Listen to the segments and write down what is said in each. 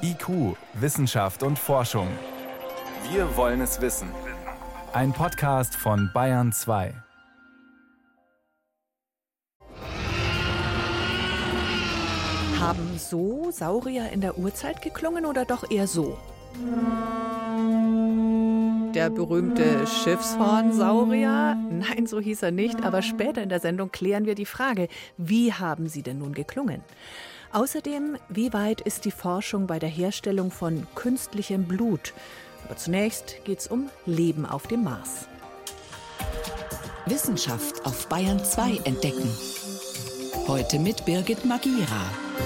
IQ, Wissenschaft und Forschung. Wir wollen es wissen. Ein Podcast von Bayern 2. Haben so Saurier in der Urzeit geklungen oder doch eher so? Der berühmte Schiffshornsaurier? Nein, so hieß er nicht, aber später in der Sendung klären wir die Frage, wie haben sie denn nun geklungen? Außerdem, wie weit ist die Forschung bei der Herstellung von künstlichem Blut? Aber zunächst geht es um Leben auf dem Mars. Wissenschaft auf Bayern 2 entdecken. Heute mit Birgit Magira.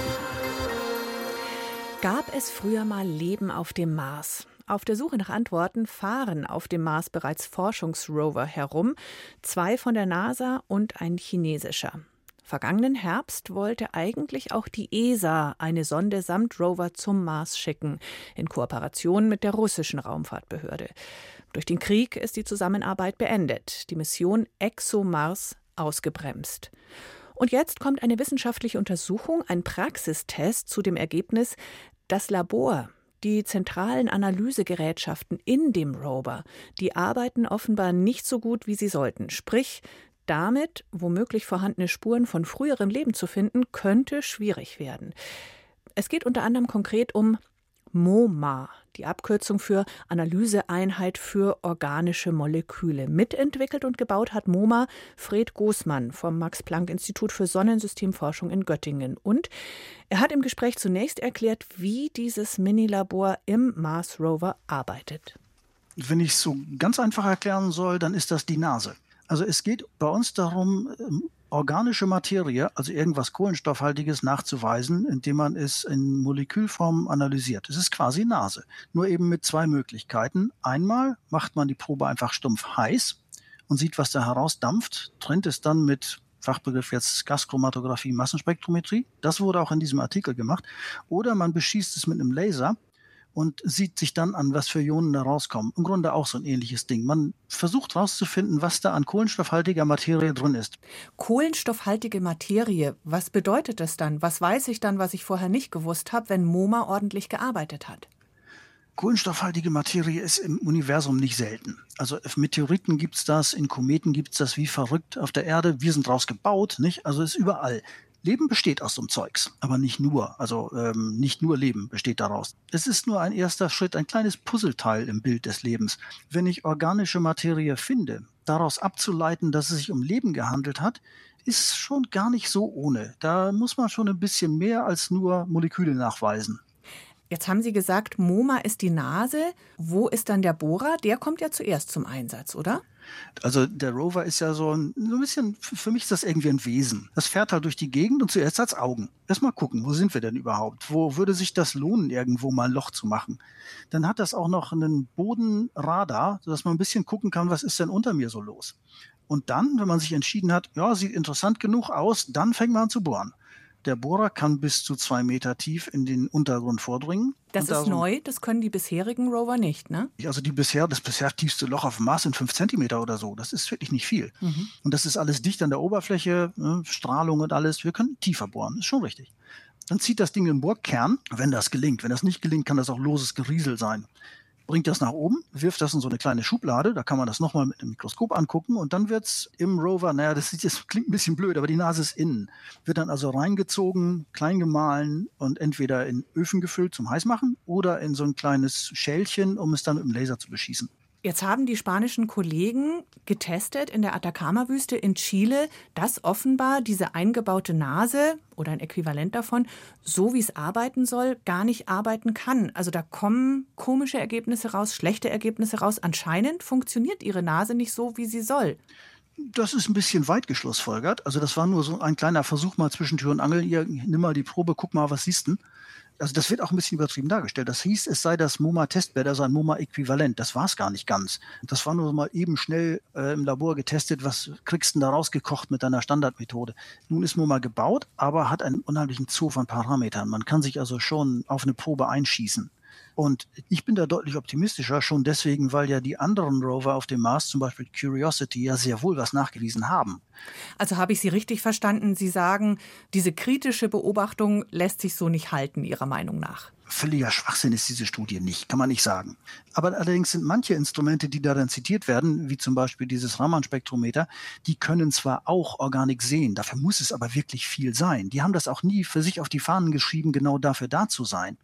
Gab es früher mal Leben auf dem Mars? Auf der Suche nach Antworten fahren auf dem Mars bereits Forschungsrover herum, 2 von der NASA und ein chinesischer. Vergangenen Herbst wollte eigentlich auch die ESA eine Sonde samt Rover zum Mars schicken, in Kooperation mit der russischen Raumfahrtbehörde. Durch den Krieg ist die Zusammenarbeit beendet, die Mission ExoMars ausgebremst. Und jetzt kommt eine wissenschaftliche Untersuchung, ein Praxistest zu dem Ergebnis, das Labor, die zentralen Analysegerätschaften in dem Rover, die arbeiten offenbar nicht so gut, wie sie sollten. Sprich, damit womöglich vorhandene Spuren von früherem Leben zu finden, könnte schwierig werden. Es geht unter anderem konkret um MoMA, die Abkürzung für Analyseeinheit für organische Moleküle. Mitentwickelt und gebaut hat MoMA Fred Goßmann vom Max-Planck-Institut für Sonnensystemforschung in Göttingen. Und er hat im Gespräch zunächst erklärt, wie dieses Minilabor im Mars-Rover arbeitet. Wenn ich es so ganz einfach erklären soll, dann ist das die Nase. Also es geht bei uns darum, organische Materie, also irgendwas Kohlenstoffhaltiges, nachzuweisen, indem man es in Molekülform analysiert. Es ist quasi Nase, nur eben mit 2 Möglichkeiten. Einmal macht man die Probe einfach stumpf heiß und sieht, was da herausdampft, trennt es dann mit Fachbegriff jetzt Gaschromatographie, Massenspektrometrie. Das wurde auch in diesem Artikel gemacht. Oder man beschießt es mit einem Laser und sieht sich dann an, was für Ionen da rauskommen. Im Grunde auch so ein ähnliches Ding. Man versucht rauszufinden, was da an kohlenstoffhaltiger Materie drin ist. Kohlenstoffhaltige Materie, was bedeutet das dann? Was weiß ich dann, was ich vorher nicht gewusst habe, wenn MoMA ordentlich gearbeitet hat? Kohlenstoffhaltige Materie ist im Universum nicht selten. Also auf Meteoriten gibt's das, in Kometen gibt's das wie verrückt auf der Erde. Wir sind draus gebaut, nicht? Also ist überall. Leben besteht aus so einem Zeugs, aber nicht nur. Also nicht nur Leben besteht daraus. Es ist nur ein erster Schritt, ein kleines Puzzleteil im Bild des Lebens. Wenn ich organische Materie finde, daraus abzuleiten, dass es sich um Leben gehandelt hat, ist schon gar nicht so ohne. Da muss man schon ein bisschen mehr als nur Moleküle nachweisen. Jetzt haben Sie gesagt, MoMA ist die Nase. Wo ist dann der Bohrer? Der kommt ja zuerst zum Einsatz, oder? Also der Rover ist ja so ein bisschen, für mich ist das irgendwie ein Wesen. Das fährt halt durch die Gegend und zuerst hat's Augen. Erstmal gucken, wo sind wir denn überhaupt? Wo würde sich das lohnen, irgendwo mal ein Loch zu machen? Dann hat das auch noch einen Bodenradar, sodass man ein bisschen gucken kann, was ist denn unter mir so los? Und dann, wenn man sich entschieden hat, ja, sieht interessant genug aus, dann fängt man an zu bohren. Der Bohrer kann bis zu 2 Meter tief in den Untergrund vordringen. Das ist neu, das können die bisherigen Rover nicht, ne? Also das bisher tiefste Loch auf dem Mars sind 5 Zentimeter oder so. Das ist wirklich nicht viel. Mhm. Und das ist alles dicht an der Oberfläche, ne, Strahlung und alles. Wir können tiefer bohren, ist schon richtig. Dann zieht das Ding den Bohrkern, wenn das gelingt. Wenn das nicht gelingt, kann das auch loses Geriesel sein. Bringt das nach oben, wirft das in so eine kleine Schublade, da kann man das nochmal mit einem Mikroskop angucken und dann wird's im Rover, das klingt ein bisschen blöd, aber die Nase ist innen, wird dann also reingezogen, klein gemahlen und entweder in Öfen gefüllt zum Heißmachen oder in so ein kleines Schälchen, um es dann mit dem Laser zu beschießen. Jetzt haben die spanischen Kollegen getestet in der Atacama-Wüste in Chile, dass offenbar diese eingebaute Nase oder ein Äquivalent davon, so wie es arbeiten soll, gar nicht arbeiten kann. Also da kommen komische Ergebnisse raus, schlechte Ergebnisse raus. Anscheinend funktioniert ihre Nase nicht so, wie sie soll. Das ist ein bisschen weit geschlussfolgert. Also das war nur so ein kleiner Versuch mal zwischen Tür und Angel. Hier, nimm mal die Probe, guck mal, was siehst du? Also das wird auch ein bisschen übertrieben dargestellt. Das hieß, es sei das MoMA-Testbed, also ein MoMA-Äquivalent. Das war es gar nicht ganz. Das war nur mal eben schnell im Labor getestet, was kriegst du denn da rausgekocht mit deiner Standardmethode. Nun ist MoMA gebaut, aber hat einen unheimlichen Zoo von Parametern. Man kann sich also schon auf eine Probe einschießen. Und ich bin da deutlich optimistischer, schon deswegen, weil ja die anderen Rover auf dem Mars, zum Beispiel Curiosity, ja sehr wohl was nachgewiesen haben. Also habe ich Sie richtig verstanden? Sie sagen, diese kritische Beobachtung lässt sich so nicht halten, Ihrer Meinung nach. Völliger Schwachsinn ist diese Studie nicht, kann man nicht sagen. Aber allerdings sind manche Instrumente, die darin zitiert werden, wie zum Beispiel dieses Raman-Spektrometer, die können zwar auch Organik sehen, dafür muss es aber wirklich viel sein. Die haben das auch nie für sich auf die Fahnen geschrieben, genau dafür da zu sein.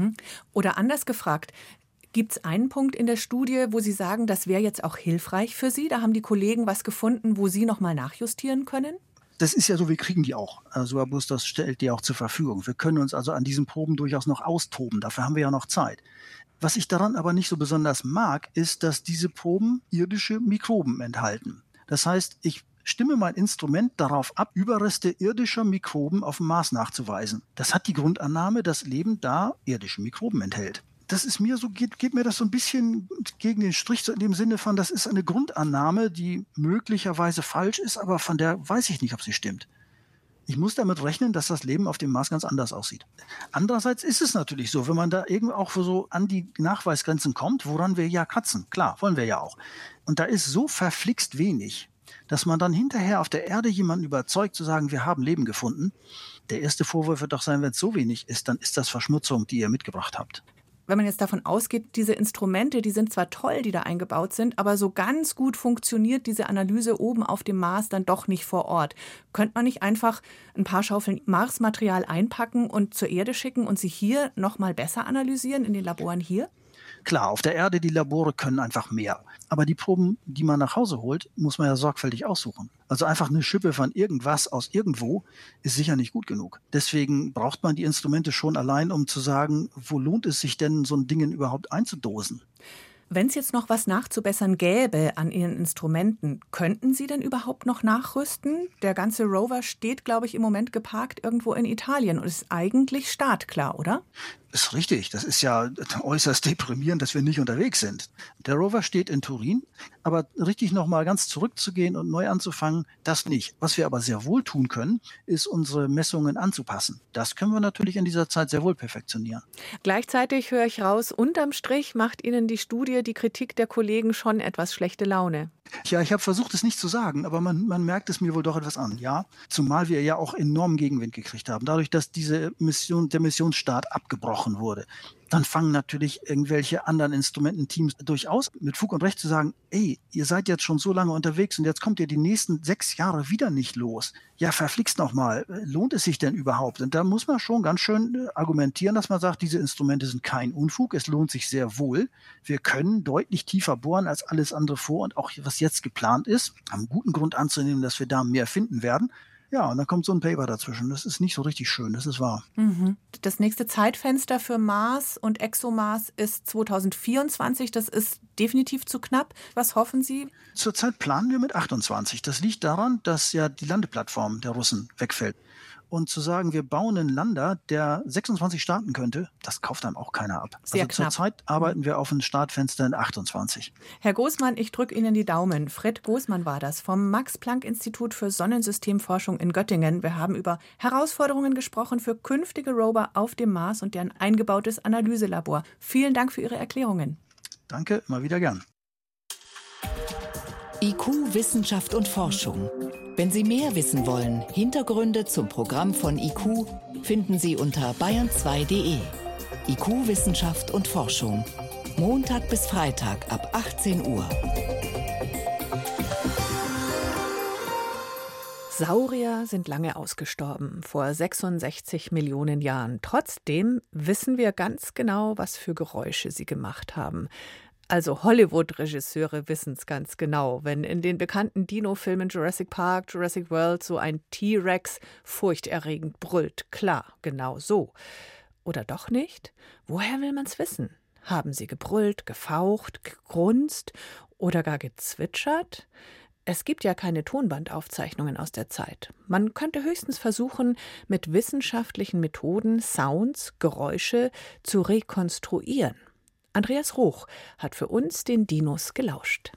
Oder anders gefragt, gibt es einen Punkt in der Studie, wo Sie sagen, das wäre jetzt auch hilfreich für Sie? Da haben die Kollegen was gefunden, wo Sie nochmal nachjustieren können? Das ist ja so, wir kriegen die auch. Also Airbus, das stellt die auch zur Verfügung. Wir können uns also an diesen Proben durchaus noch austoben. Dafür haben wir ja noch Zeit. Was ich daran aber nicht so besonders mag, ist, dass diese Proben irdische Mikroben enthalten. Das heißt, ich stimme mein Instrument darauf ab, Überreste irdischer Mikroben auf dem Mars nachzuweisen. Das hat die Grundannahme, dass Leben da irdische Mikroben enthält. Das ist mir so, geht mir das so ein bisschen gegen den Strich, so in dem Sinne von, das ist eine Grundannahme, die möglicherweise falsch ist, aber von der weiß ich nicht, ob sie stimmt. Ich muss damit rechnen, dass das Leben auf dem Mars ganz anders aussieht. Andererseits ist es natürlich so, wenn man da irgendwie auch so an die Nachweisgrenzen kommt, woran wir ja kratzen. Klar, wollen wir ja auch. Und da ist so verflixt wenig, dass man dann hinterher auf der Erde jemanden überzeugt zu sagen, wir haben Leben gefunden. Der erste Vorwurf wird doch sein, wenn es so wenig ist, dann ist das Verschmutzung, die ihr mitgebracht habt. Wenn man jetzt davon ausgeht, diese Instrumente, die sind zwar toll, die da eingebaut sind, aber so ganz gut funktioniert diese Analyse oben auf dem Mars dann doch nicht vor Ort. Könnte man nicht einfach ein paar Schaufeln Marsmaterial einpacken und zur Erde schicken und sie hier noch mal besser analysieren in den Laboren hier? Klar, auf der Erde, die Labore können einfach mehr. Aber die Proben, die man nach Hause holt, muss man ja sorgfältig aussuchen. Also einfach eine Schippe von irgendwas aus irgendwo ist sicher nicht gut genug. Deswegen braucht man die Instrumente schon allein, um zu sagen, wo lohnt es sich denn, so ein Ding überhaupt einzudosen? Wenn es jetzt noch was nachzubessern gäbe an Ihren Instrumenten, könnten Sie denn überhaupt noch nachrüsten? Der ganze Rover steht, glaube ich, im Moment geparkt irgendwo in Italien und ist eigentlich startklar, oder? Ist richtig. Das ist ja äußerst deprimierend, dass wir nicht unterwegs sind. Der Rover steht in Turin, aber richtig nochmal ganz zurückzugehen und neu anzufangen, das nicht. Was wir aber sehr wohl tun können, ist unsere Messungen anzupassen. Das können wir natürlich in dieser Zeit sehr wohl perfektionieren. Gleichzeitig höre ich raus, unterm Strich macht Ihnen die Studie, die Kritik der Kollegen schon etwas schlechte Laune. Ja, ich habe versucht, es nicht zu sagen, aber man merkt es mir wohl doch etwas an, ja. Zumal wir ja auch enormen Gegenwind gekriegt haben, dadurch, dass der Missionsstart abgebrochen wurde. Dann fangen natürlich irgendwelche anderen Instrumententeams durchaus mit Fug und Recht zu sagen, ey, ihr seid jetzt schon so lange unterwegs und jetzt kommt ihr die nächsten 6 Jahre wieder nicht los. Ja, verflixt nochmal, lohnt es sich denn überhaupt? Und da muss man schon ganz schön argumentieren, dass man sagt, diese Instrumente sind kein Unfug, es lohnt sich sehr wohl. Wir können deutlich tiefer bohren als alles andere vor und auch was jetzt geplant ist, haben guten Grund anzunehmen, dass wir da mehr finden werden. Ja, und dann kommt so ein Paper dazwischen. Das ist nicht so richtig schön, das ist wahr. Das nächste Zeitfenster für Mars und ExoMars ist 2024. Das ist definitiv zu knapp. Was hoffen Sie? Zurzeit planen wir mit 28. Das liegt daran, dass ja die Landeplattform der Russen wegfällt. Und zu sagen, wir bauen einen Lander, der 26 starten könnte, das kauft einem auch keiner ab. Sehr knapp. Zurzeit arbeiten wir auf ein Startfenster in 28. Herr Goßmann, ich drücke Ihnen die Daumen. Fred Goßmann war das vom Max-Planck-Institut für Sonnensystemforschung in Göttingen. Wir haben über Herausforderungen gesprochen für künftige Rover auf dem Mars und deren eingebautes Analyselabor. Vielen Dank für Ihre Erklärungen. Danke, immer wieder gern. IQ, Wissenschaft und Forschung. Wenn Sie mehr wissen wollen, Hintergründe zum Programm von IQ finden Sie unter bayern2.de. IQ, Wissenschaft und Forschung. Montag bis Freitag ab 18 Uhr. Saurier sind lange ausgestorben, vor 66 Millionen Jahren. Trotzdem wissen wir ganz genau, was für Geräusche sie gemacht haben. Also Hollywood-Regisseure wissen es ganz genau, wenn in den bekannten Dino-Filmen Jurassic Park, Jurassic World so ein T-Rex furchterregend brüllt. Klar, genau so. Oder doch nicht? Woher will man's wissen? Haben sie gebrüllt, gefaucht, gegrunzt oder gar gezwitschert? Es gibt ja keine Tonbandaufzeichnungen aus der Zeit. Man könnte höchstens versuchen, mit wissenschaftlichen Methoden Sounds, Geräusche zu rekonstruieren. Andreas Roch hat für uns den Dinos gelauscht.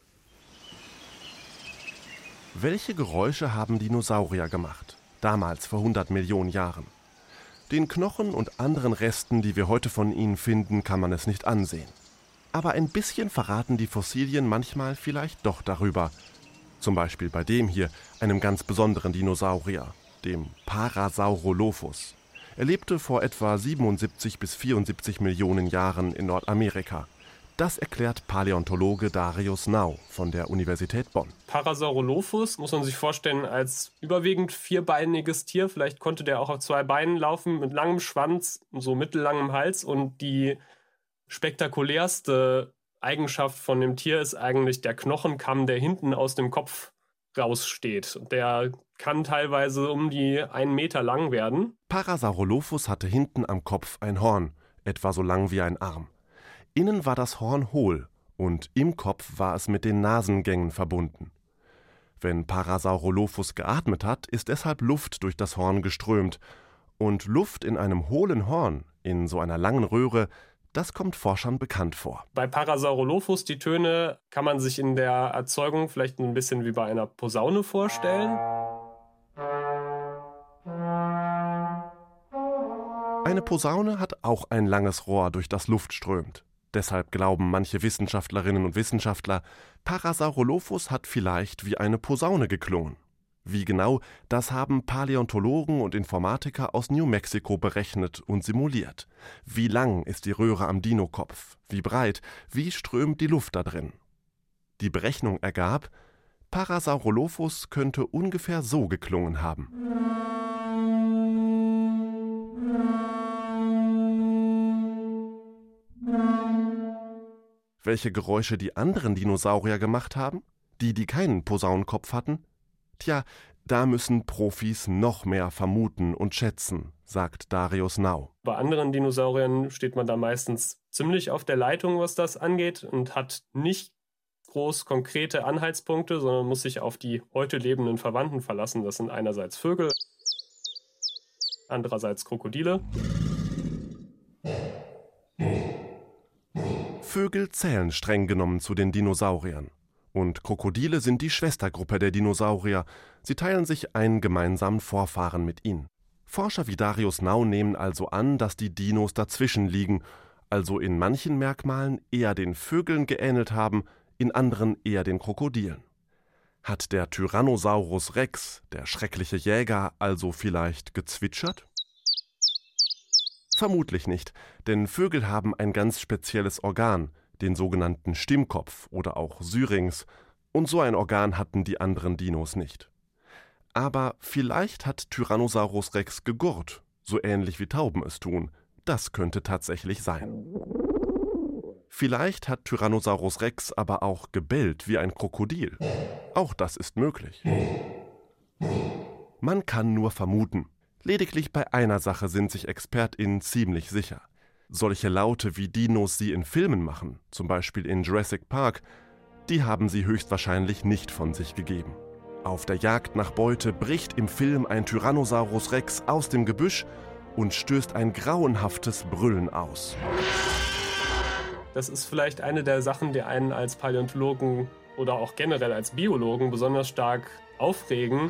Welche Geräusche haben Dinosaurier gemacht? Damals vor 100 Millionen Jahren. Den Knochen und anderen Resten, die wir heute von ihnen finden, kann man es nicht ansehen. Aber ein bisschen verraten die Fossilien manchmal vielleicht doch darüber. Zum Beispiel bei dem hier, einem ganz besonderen Dinosaurier, dem Parasaurolophus. Er lebte vor etwa 77 bis 74 Millionen Jahren in Nordamerika. Das erklärt Paläontologe Darius Nau von der Universität Bonn. Parasaurolophus muss man sich vorstellen als überwiegend vierbeiniges Tier. Vielleicht konnte der auch auf zwei Beinen laufen, mit langem Schwanz, so mittellangem Hals. Und die spektakulärste Eigenschaft von dem Tier ist eigentlich der Knochenkamm, der hinten aus dem Kopf raussteht. Der kann teilweise um die 1 Meter lang werden. Parasaurolophus hatte hinten am Kopf ein Horn, etwa so lang wie ein Arm. Innen war das Horn hohl und im Kopf war es mit den Nasengängen verbunden. Wenn Parasaurolophus geatmet hat, ist deshalb Luft durch das Horn geströmt. Und Luft in einem hohlen Horn, in so einer langen Röhre, das kommt Forschern bekannt vor. Bei Parasaurolophus, die Töne kann man sich in der Erzeugung vielleicht ein bisschen wie bei einer Posaune vorstellen. Eine Posaune hat auch ein langes Rohr, durch das Luft strömt. Deshalb glauben manche Wissenschaftlerinnen und Wissenschaftler, Parasaurolophus hat vielleicht wie eine Posaune geklungen. Wie genau, das haben Paläontologen und Informatiker aus New Mexico berechnet und simuliert. Wie lang ist die Röhre am Dinokopf? Wie breit? Wie strömt die Luft da drin? Die Berechnung ergab, Parasaurolophus könnte ungefähr so geklungen haben. Welche Geräusche die anderen Dinosaurier gemacht haben? Die keinen Posaunenkopf hatten? Tja, da müssen Profis noch mehr vermuten und schätzen, sagt Darius Nau. Bei anderen Dinosauriern steht man da meistens ziemlich auf der Leitung, was das angeht, und hat nicht groß konkrete Anhaltspunkte, sondern muss sich auf die heute lebenden Verwandten verlassen. Das sind einerseits Vögel, andererseits Krokodile. Vögel zählen streng genommen zu den Dinosauriern. Und Krokodile sind die Schwestergruppe der Dinosaurier. Sie teilen sich einen gemeinsamen Vorfahren mit ihnen. Forscher wie Darius Nau nehmen also an, dass die Dinos dazwischen liegen, also in manchen Merkmalen eher den Vögeln geähnelt haben, in anderen eher den Krokodilen. Hat der Tyrannosaurus Rex, der schreckliche Jäger, also vielleicht gezwitschert? Vermutlich nicht, denn Vögel haben ein ganz spezielles Organ, den sogenannten Stimmkopf oder auch Syrinx, und so ein Organ hatten die anderen Dinos nicht. Aber vielleicht hat Tyrannosaurus Rex gegurrt, so ähnlich wie Tauben es tun. Das könnte tatsächlich sein. Vielleicht hat Tyrannosaurus Rex aber auch gebellt wie ein Krokodil. Auch das ist möglich. Man kann nur vermuten. Lediglich bei einer Sache sind sich ExpertInnen ziemlich sicher. Solche Laute, wie Dinos sie in Filmen machen, zum Beispiel in Jurassic Park, die haben sie höchstwahrscheinlich nicht von sich gegeben. Auf der Jagd nach Beute bricht im Film ein Tyrannosaurus Rex aus dem Gebüsch und stößt ein grauenhaftes Brüllen aus. Das ist vielleicht eine der Sachen, die einen als Paläontologen oder auch generell als Biologen besonders stark aufregen.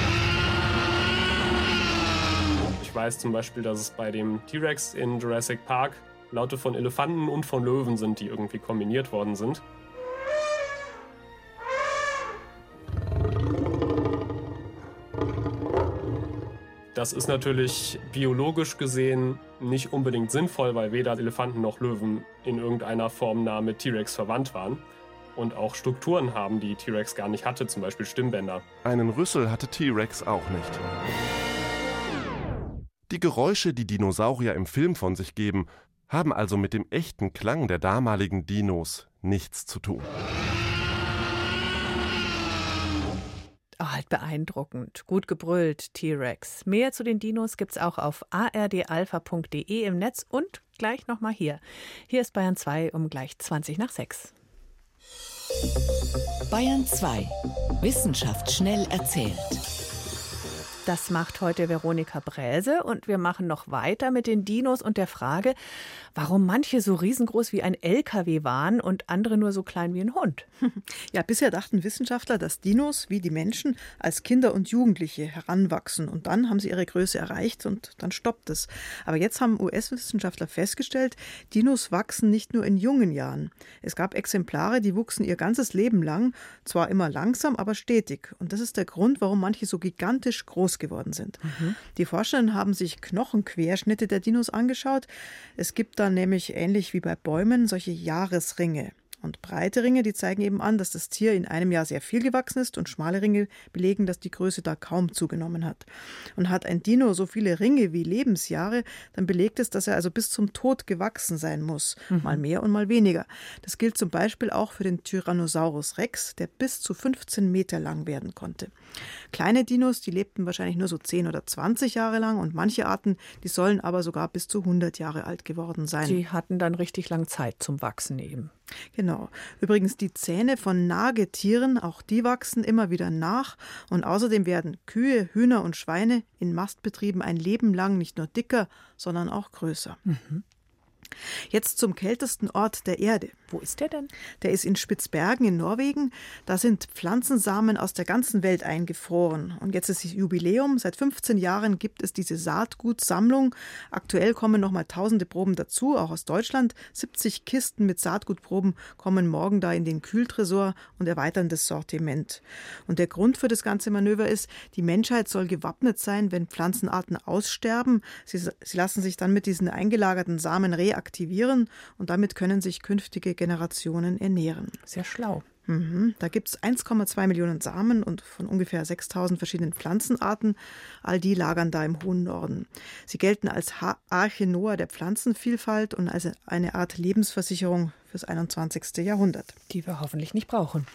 Ich weiß zum Beispiel, dass es bei dem T-Rex in Jurassic Park Laute von Elefanten und von Löwen sind, die irgendwie kombiniert worden sind. Das ist natürlich biologisch gesehen nicht unbedingt sinnvoll, weil weder Elefanten noch Löwen in irgendeiner Form nah mit T-Rex verwandt waren und auch Strukturen haben, die T-Rex gar nicht hatte, zum Beispiel Stimmbänder. Einen Rüssel hatte T-Rex auch nicht. Die Geräusche, die Dinosaurier im Film von sich geben, haben also mit dem echten Klang der damaligen Dinos nichts zu tun. Oh, halt beeindruckend. Gut gebrüllt, T-Rex. Mehr zu den Dinos gibt's auch auf ardalpha.de im Netz und gleich nochmal hier. Hier ist Bayern 2 um gleich 6:20. Bayern 2. Wissenschaft schnell erzählt. Das macht heute Veronika Bräse und wir machen noch weiter mit den Dinos und der Frage, warum manche so riesengroß wie ein LKW waren und andere nur so klein wie ein Hund. Ja, bisher dachten Wissenschaftler, dass Dinos wie die Menschen als Kinder und Jugendliche heranwachsen und dann haben sie ihre Größe erreicht und dann stoppt es. Aber jetzt haben US-Wissenschaftler festgestellt, Dinos wachsen nicht nur in jungen Jahren. Es gab Exemplare, die wuchsen ihr ganzes Leben lang, zwar immer langsam, aber stetig. Und das ist der Grund, warum manche so gigantisch groß geworden sind. Die Forschenden haben sich Knochenquerschnitte der Dinos angeschaut. Es gibt da nämlich ähnlich wie bei Bäumen solche Jahresringe. Und breite Ringe, die zeigen eben an, dass das Tier in einem Jahr sehr viel gewachsen ist und schmale Ringe belegen, dass die Größe da kaum zugenommen hat. Und hat ein Dino so viele Ringe wie Lebensjahre, dann belegt es, dass er also bis zum Tod gewachsen sein muss. Mal mehr und mal weniger. Das gilt zum Beispiel auch für den Tyrannosaurus Rex, der bis zu 15 Meter lang werden konnte. Kleine Dinos, die lebten wahrscheinlich nur so 10 oder 20 Jahre lang und manche Arten, die sollen aber sogar bis zu 100 Jahre alt geworden sein. Die hatten dann richtig lang Zeit zum Wachsen eben. Genau. Übrigens die Zähne von Nagetieren, auch die wachsen immer wieder nach. Und außerdem werden Kühe, Hühner und Schweine in Mastbetrieben ein Leben lang nicht nur dicker, sondern auch größer. Jetzt zum kältesten Ort der Erde. Wo ist der denn? Der ist in Spitzbergen in Norwegen. Da sind Pflanzensamen aus der ganzen Welt eingefroren. Und jetzt ist das Jubiläum. Seit 15 Jahren gibt es diese Saatgutsammlung. Aktuell kommen noch mal tausende Proben dazu, auch aus Deutschland. 70 Kisten mit Saatgutproben kommen morgen da in den Kühltresor und erweitern das Sortiment. Und der Grund für das ganze Manöver ist, die Menschheit soll gewappnet sein, wenn Pflanzenarten aussterben. Sie lassen sich dann mit diesen eingelagerten Samen reaktivieren und damit können sich künftige Generationen ernähren. Sehr schlau. Da gibt es 1,2 Millionen Samen und von ungefähr 6.000 verschiedenen Pflanzenarten. All die lagern da im hohen Norden. Sie gelten als Arche Noah der Pflanzenvielfalt und als eine Art Lebensversicherung fürs 21. Jahrhundert. Die wir hoffentlich nicht brauchen.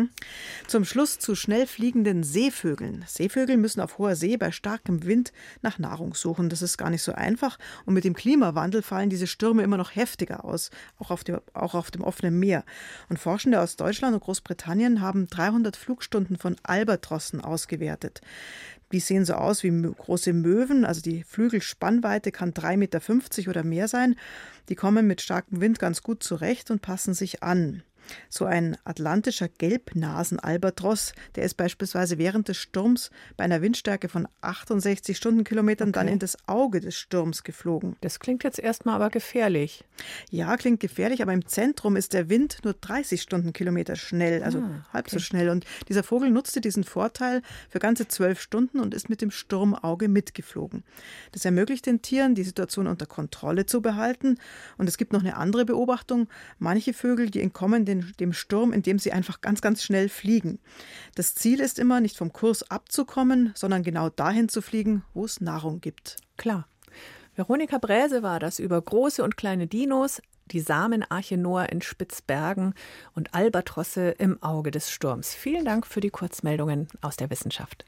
Zum Schluss zu schnell fliegenden Seevögeln. Seevögel müssen auf hoher See bei starkem Wind nach Nahrung suchen. Das ist gar nicht so einfach. Und mit dem Klimawandel fallen diese Stürme immer noch heftiger aus, auch auf dem offenen Meer. Und Forschende aus Deutschland und Großbritannien haben 300 Flugstunden von Albatrossen ausgewertet. Die sehen so aus wie große Möwen, also die Flügelspannweite kann 3,50 Meter oder mehr sein. Die kommen mit starkem Wind ganz gut zurecht und passen sich an. So ein atlantischer Gelbnasen-Albatros, der ist beispielsweise während des Sturms bei einer Windstärke von 68 Stundenkilometern dann in das Auge des Sturms geflogen. Das klingt jetzt erstmal aber gefährlich. Ja, klingt gefährlich, aber im Zentrum ist der Wind nur 30 Stundenkilometer schnell, also halb so schnell. Und dieser Vogel nutzte diesen Vorteil für ganze 12 Stunden und ist mit dem Sturmauge mitgeflogen. Das ermöglicht den Tieren, die Situation unter Kontrolle zu behalten. Und es gibt noch eine andere Beobachtung. Manche Vögel, die entkommen dem Sturm, indem sie einfach ganz, ganz schnell fliegen. Das Ziel ist immer, nicht vom Kurs abzukommen, sondern genau dahin zu fliegen, wo es Nahrung gibt. Klar. Veronika Bräse war das über große und kleine Dinos, die Samenarche Noah in Spitzbergen und Albatrosse im Auge des Sturms. Vielen Dank für die Kurzmeldungen aus der Wissenschaft.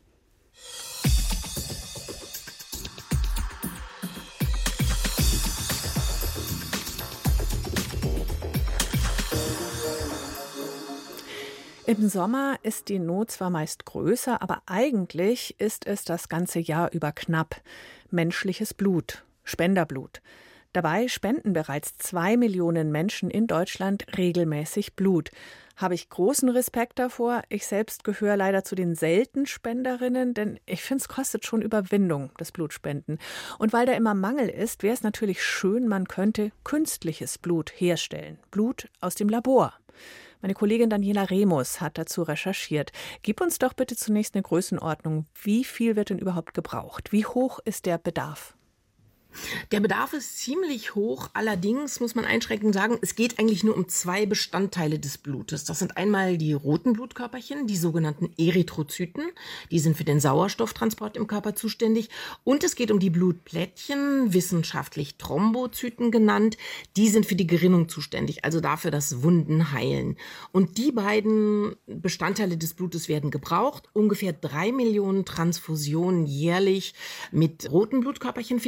Im Sommer ist die Not zwar meist größer, aber eigentlich ist es das ganze Jahr über knapp. Menschliches Blut, Spenderblut. Dabei spenden bereits 2 Millionen Menschen in Deutschland regelmäßig Blut. Habe ich großen Respekt davor. Ich selbst gehöre leider zu den seltenen Spenderinnen, denn ich finde, es kostet schon Überwindung, das Blutspenden. Und weil da immer Mangel ist, wäre es natürlich schön, man könnte künstliches Blut herstellen. Blut aus dem Labor. Meine Kollegin Daniela Remus hat dazu recherchiert. Gib uns doch bitte zunächst eine Größenordnung. Wie viel wird denn überhaupt gebraucht? Wie hoch ist der Bedarf? Der Bedarf ist ziemlich hoch, allerdings muss man einschränkend sagen, es geht eigentlich nur um 2 Bestandteile des Blutes. Das sind einmal die roten Blutkörperchen, die sogenannten Erythrozyten, die sind für den Sauerstofftransport im Körper zuständig, und es geht um die Blutplättchen, wissenschaftlich Thrombozyten genannt, die sind für die Gerinnung zuständig, also dafür, dass Wunden heilen. Und die beiden Bestandteile des Blutes werden gebraucht. Ungefähr 3 Millionen Transfusionen jährlich mit roten Blutkörperchen finden statt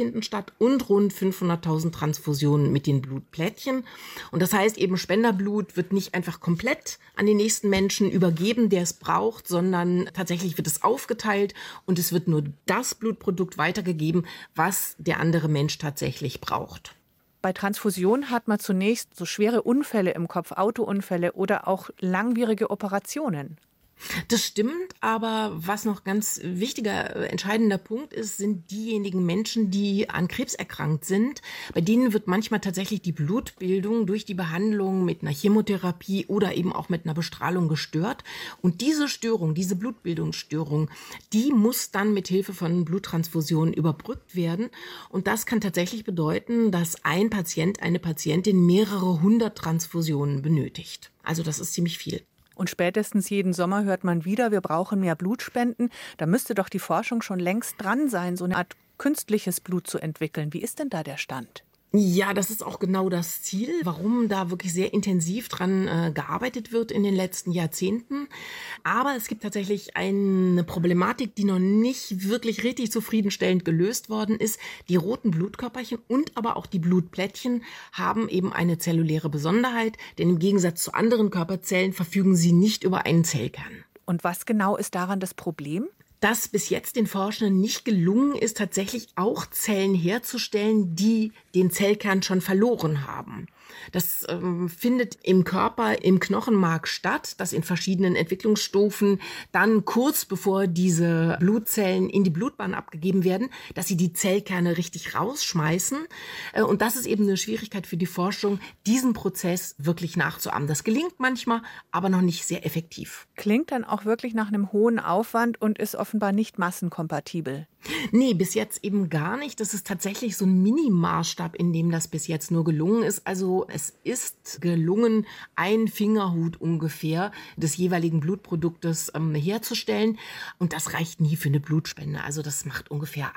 Blutkontakt und rund 500.000 Transfusionen mit den Blutplättchen. Und das heißt eben, Spenderblut wird nicht einfach komplett an den nächsten Menschen übergeben, der es braucht, sondern tatsächlich wird es aufgeteilt und es wird nur das Blutprodukt weitergegeben, was der andere Mensch tatsächlich braucht. Bei Transfusion hat man zunächst so schwere Unfälle im Kopf, Autounfälle oder auch langwierige Operationen. Das stimmt, aber was noch ganz wichtiger, entscheidender Punkt ist, sind diejenigen Menschen, die an Krebs erkrankt sind. Bei denen wird manchmal tatsächlich die Blutbildung durch die Behandlung mit einer Chemotherapie oder eben auch mit einer Bestrahlung gestört. Und diese Störung, diese Blutbildungsstörung, die muss dann mit Hilfe von Bluttransfusionen überbrückt werden. Und das kann tatsächlich bedeuten, dass ein Patient, eine Patientin mehrere 100 Transfusionen benötigt. Also das ist ziemlich viel. Und spätestens jeden Sommer hört man wieder, wir brauchen mehr Blutspenden. Da müsste doch die Forschung schon längst dran sein, so eine Art künstliches Blut zu entwickeln. Wie ist denn da der Stand? Ja, das ist auch genau das Ziel, warum da wirklich sehr intensiv dran gearbeitet wird in den letzten Jahrzehnten. Aber es gibt tatsächlich eine Problematik, die noch nicht wirklich richtig zufriedenstellend gelöst worden ist. Die roten Blutkörperchen und aber auch die Blutplättchen haben eben eine zelluläre Besonderheit, denn im Gegensatz zu anderen Körperzellen verfügen sie nicht über einen Zellkern. Und was genau ist daran das Problem? Dass bis jetzt den Forschenden nicht gelungen ist, tatsächlich auch Zellen herzustellen, die den Zellkern schon verloren haben. Das findet im Körper, im Knochenmark statt, das in verschiedenen Entwicklungsstufen dann kurz bevor diese Blutzellen in die Blutbahn abgegeben werden, dass sie die Zellkerne richtig rausschmeißen. Und das ist eben eine Schwierigkeit für die Forschung, diesen Prozess wirklich nachzuahmen. Das gelingt manchmal, aber noch nicht sehr effektiv. Klingt dann auch wirklich nach einem hohen Aufwand und ist offenbar nicht massenkompatibel. Nee, bis jetzt eben gar nicht. Das ist tatsächlich so ein Mini-Maßstab, in dem das bis jetzt nur gelungen ist. Also es ist gelungen, ein Fingerhut ungefähr des jeweiligen Blutproduktes herzustellen. Und das reicht nie für eine Blutspende. Also das macht ungefähr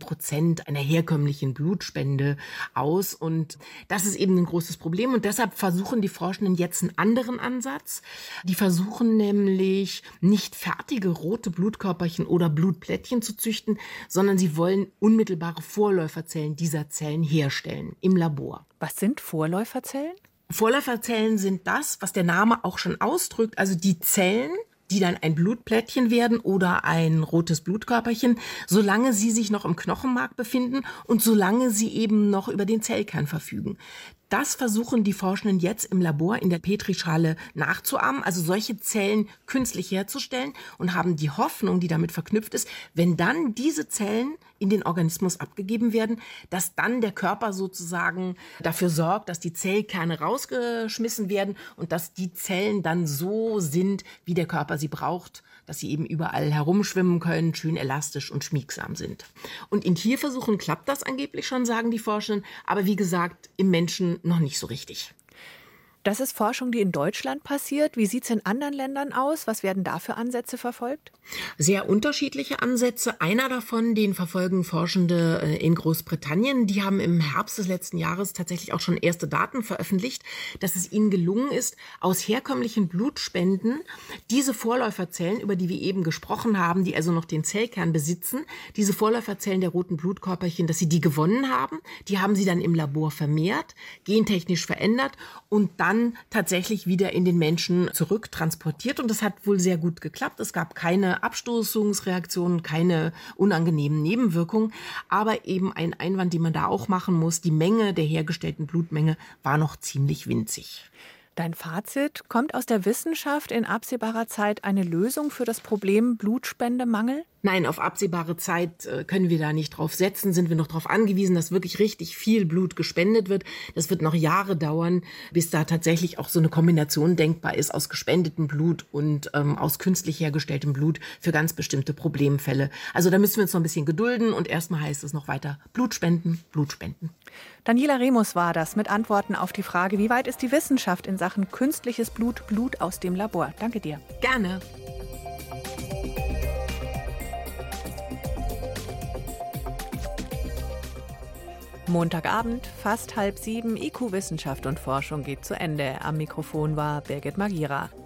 1% einer herkömmlichen Blutspende aus. Und das ist eben ein großes Problem. Und deshalb versuchen die Forschenden jetzt einen anderen Ansatz. Die versuchen nämlich nicht fertige rote Blutkörperchen oder Blutplättchen zu züchten, sondern sie wollen unmittelbare Vorläuferzellen dieser Zellen herstellen im Labor. Was sind Vorläuferzellen? Vorläuferzellen sind das, was der Name auch schon ausdrückt, also die Zellen, die dann ein Blutplättchen werden oder ein rotes Blutkörperchen, solange sie sich noch im Knochenmark befinden und solange sie eben noch über den Zellkern verfügen. Das versuchen die Forschenden jetzt im Labor in der Petrischale nachzuahmen, also solche Zellen künstlich herzustellen und haben die Hoffnung, die damit verknüpft ist, wenn dann diese Zellen in den Organismus abgegeben werden, dass dann der Körper sozusagen dafür sorgt, dass die Zellkerne rausgeschmissen werden und dass die Zellen dann so sind, wie der Körper sie braucht, dass sie eben überall herumschwimmen können, schön elastisch und schmiegsam sind. Und in Tierversuchen klappt das angeblich schon, sagen die Forschenden, aber wie gesagt, im Menschen noch nicht so richtig. Das ist Forschung, die in Deutschland passiert. Wie sieht es in anderen Ländern aus? Was werden da für Ansätze verfolgt? Sehr unterschiedliche Ansätze. Einer davon, den verfolgen Forschende in Großbritannien. Die haben im Herbst des letzten Jahres tatsächlich auch schon erste Daten veröffentlicht, dass es ihnen gelungen ist, aus herkömmlichen Blutspenden diese Vorläuferzellen, über die wir eben gesprochen haben, die also noch den Zellkern besitzen, diese Vorläuferzellen der roten Blutkörperchen, dass sie die gewonnen haben. Die haben sie dann im Labor vermehrt, gentechnisch verändert und dann tatsächlich wieder in den Menschen zurücktransportiert. Und das hat wohl sehr gut geklappt. Es gab keine Abstoßungsreaktionen, keine unangenehmen Nebenwirkungen. Aber eben ein Einwand, den man da auch machen muss, die Menge der hergestellten Blutmenge war noch ziemlich winzig. Dein Fazit: Kommt aus der Wissenschaft in absehbarer Zeit eine Lösung für das Problem Blutspendemangel? Nein, auf absehbare Zeit können wir da nicht drauf setzen, sind wir noch darauf angewiesen, dass wirklich richtig viel Blut gespendet wird. Das wird noch Jahre dauern, bis da tatsächlich auch so eine Kombination denkbar ist aus gespendetem Blut und aus künstlich hergestelltem Blut für ganz bestimmte Problemfälle. Also da müssen wir uns noch ein bisschen gedulden und erstmal heißt es noch weiter Blutspenden, Blutspenden. Daniela Remus war das mit Antworten auf die Frage, wie weit ist die Wissenschaft in Sachen künstliches Blut, Blut aus dem Labor. Danke dir. Gerne. Montagabend, fast 6:30, IQ Wissenschaft und Forschung geht zu Ende. Am Mikrofon war Birgit Magira.